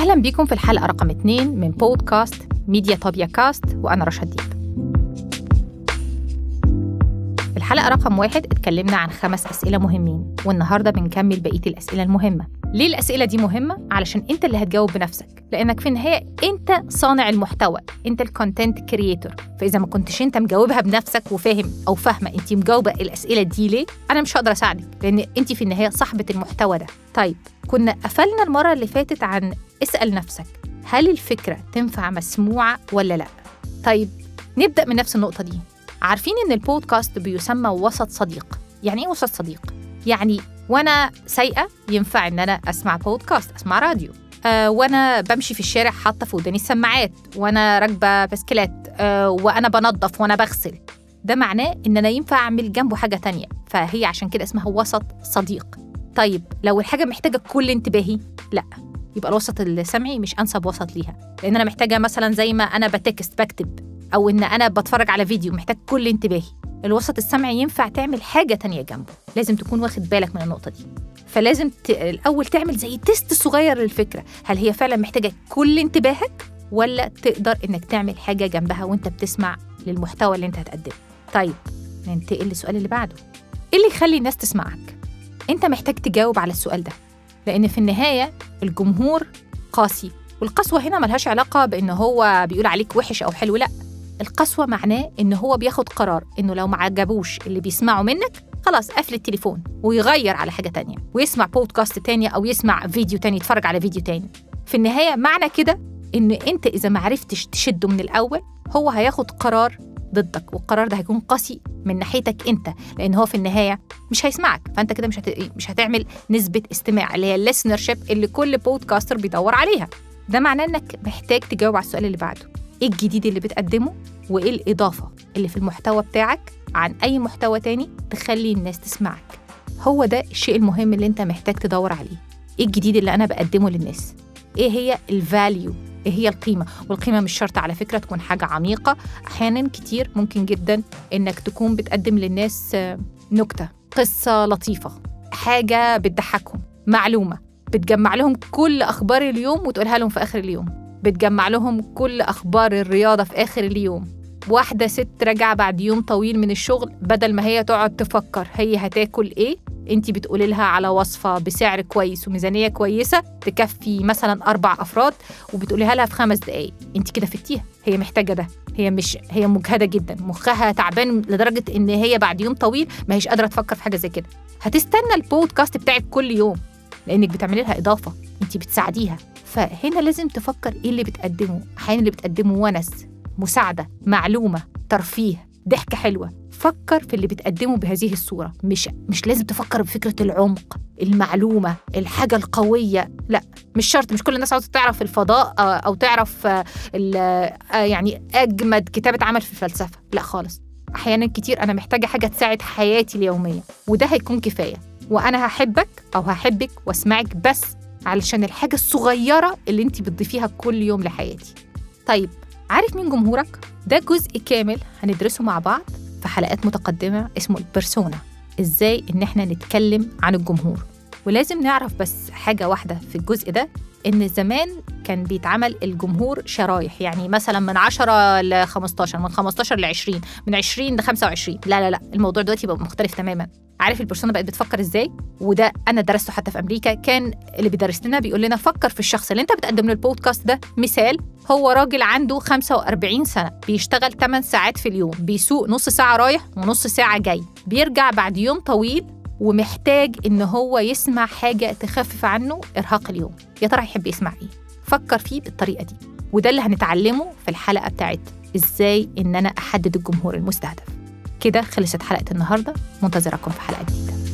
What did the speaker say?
أهلا بيكم في الحلقة رقم 2 من بودكاست ميديا طابيا كاست، وأنا رشا ديب. في الحلقة رقم 1 اتكلمنا عن 5 أسئلة مهمين، والنهاردة بنكمل بقية الأسئلة المهمة. ليه الأسئلة دي مهمة؟ علشان أنت اللي هتجاوب بنفسك، لأنك في النهاية أنت صانع المحتوى، أنت الكونتنت كرييتور. فإذا ما كنتش أنت مجاوبها بنفسك وفاهم أو فاهمة أنت مجاوبة الأسئلة دي ليه، أنا مش هقدر أساعدك، لأن أنت في النهاية صاحبة المحتوى ده. طيب، كنا قفلنا المرة اللي فاتت عن اسأل نفسك، هل الفكرة تنفع مسموعة ولا لأ؟ طيب، نبدأ من نفس النقطة دي. عارفين إن البودكاست بيسمى وسط صديق. يعني إيه وسط صديق؟ يعني وأنا سايقة ينفع إن أنا أسمع بودكاست، أسمع راديو. وأنا بمشي في الشارع حاطة في وداني السماعات، وأنا راكبة بسكلات، وأنا بنظف وأنا بغسل. ده معناه إن أنا ينفع أعمل جنبه حاجة تانية، فهي عشان كده اسمها وسط صديق. طيب، لو الحاجة محتاجة كل انتباهي، لأ، يبقى الوسط السمعي مش أنسب وسط ليها، لأن أنا محتاجة مثلا زي ما أنا بتكست بكتب، أو إن أنا بتفرج على فيديو محتاج كل انتباهي. الوسط السمعي ينفع تعمل حاجة تانية جنبه، لازم تكون واخد بالك من النقطة دي. فلازم الأول تعمل زي تيست صغير للفكرة، هل هي فعلا محتاجة كل انتباهك، ولا تقدر إنك تعمل حاجة جنبها وإنت بتسمع للمحتوى اللي إنت هتقدمه. طيب، ننتقل للسؤال اللي بعده. إيه اللي يخلي الناس تسمعك؟ أنت محتاج تجاوب على السؤال ده، لأن في النهاية الجمهور قاسي، والقسوة هنا ملهاش علاقة بإن هو بيقول عليك وحش أو حلو، لأ. القسوة معناه إن هو بياخد قرار إنه لو ما عجبوش اللي بيسمعوا منك، خلاص قفل التليفون ويغير على حاجة تانية ويسمع بودكاست تانية أو يسمع فيديو تاني، يتفرج على فيديو تاني. في النهاية معنى كده إن أنت إذا ما عرفتش تشده من الأول، هو هياخد قرار ضدك، والقرار ده هيكون قاسي من ناحيتك أنت، لأن هو في النهاية مش هيسمعك. فأنت كده مش هتعمل نسبة استماع اللي هي الليسنرشيب اللي كل بودكاستر بيدور عليها. ده معناه إنك محتاج تجاوب على السؤال اللي بعده: إيه الجديد اللي بتقدمه، وإيه الإضافة اللي في المحتوى بتاعك عن أي محتوى تاني تخلي الناس تسمعك. هو ده الشيء المهم اللي أنت محتاج تدور عليه. إيه الجديد اللي أنا بقدمه للناس؟ إيه هي الفاليو؟ إيه هي القيمة؟ والقيمة مش شرط على فكرة تكون حاجة عميقة، أحياناً كتير ممكن جداً إنك تكون بتقدم للناس نكتة، قصة لطيفة، حاجة بتضحكهم، معلومة بتجمع لهم كل أخبار اليوم وتقولها لهم في آخر اليوم، بتجمع لهم كل أخبار الرياضة في آخر اليوم. واحدة ست راجعة بعد يوم طويل من الشغل، بدل ما هي تقعد تفكر هي هتاكل إيه، انتي بتقولي لها على وصفة بسعر كويس وميزانية كويسة تكفي مثلا 4 أفراد، وبتقوليها لها في 5 دقايق. انتي كده فتيها، هي محتاجة ده، هي مجهدة جدا، مخها تعبان لدرجة ان هي بعد يوم طويل ما هيش قادرة تفكر في حاجة زي كده. هتستنى البودكاست بتاعك كل يوم لأنك بتعملي لها إضافة، انتي بتساعديها. فهنا لازم تفكر ايه اللي بتقدمه. أحيانا اللي بتقدمه ونس، مساعدة، معلومة، ترفيه، ضحكة حلوة. فكر في اللي بتقدمه بهذه الصورة. مش لازم تفكر بفكرة العمق، المعلومة، الحاجة القوية، لا، مش شرط. مش كل الناس عاوزة تعرف الفضاء أو تعرف يعني أجمد كتاب اتعمل في الفلسفة، لا خالص. أحيانا كتير أنا محتاجة حاجة تساعد حياتي اليومية، وده هيكون كفاية. وأنا هحبك أو هحبك واسمعك بس علشان الحاجة الصغيرة اللي انتي بتضيفيها كل يوم لحياتي. طيب، عارف مين جمهورك؟ ده جزء كامل هندرسه مع بعض في حلقات متقدمة اسمه البرسونا، ازاي ان احنا نتكلم عن الجمهور. ولازم نعرف بس حاجة واحدة في الجزء ده، ان زمان كان بيتعمل الجمهور شرايح، يعني مثلا من 10 ل 15، من 15 ل 20، من 20 ل 25. لا، الموضوع دلوقتي بقى مختلف تماما. عارف البرسونا بقت بتفكر ازاي؟ وده انا درسته حتى في امريكا. كان اللي بيدرس لنا بيقول لنا فكر في الشخص اللي انت بتقدم له البودكاست ده. مثال، هو راجل عنده 45 سنة، بيشتغل 8 ساعات في اليوم، بيسوق نص ساعة رايح ونص ساعة جاي، بيرجع بعد يوم طويل ومحتاج إن هو يسمع حاجة تخفف عنه إرهاق اليوم. يا ترى يحب يسمع إيه؟ فكر فيه بالطريقة دي، وده اللي هنتعلمه في الحلقة بتاعت إزاي إن أنا أحدد الجمهور المستهدف. كده خلصت حلقة النهاردة، منتظركم في حلقة جديدة.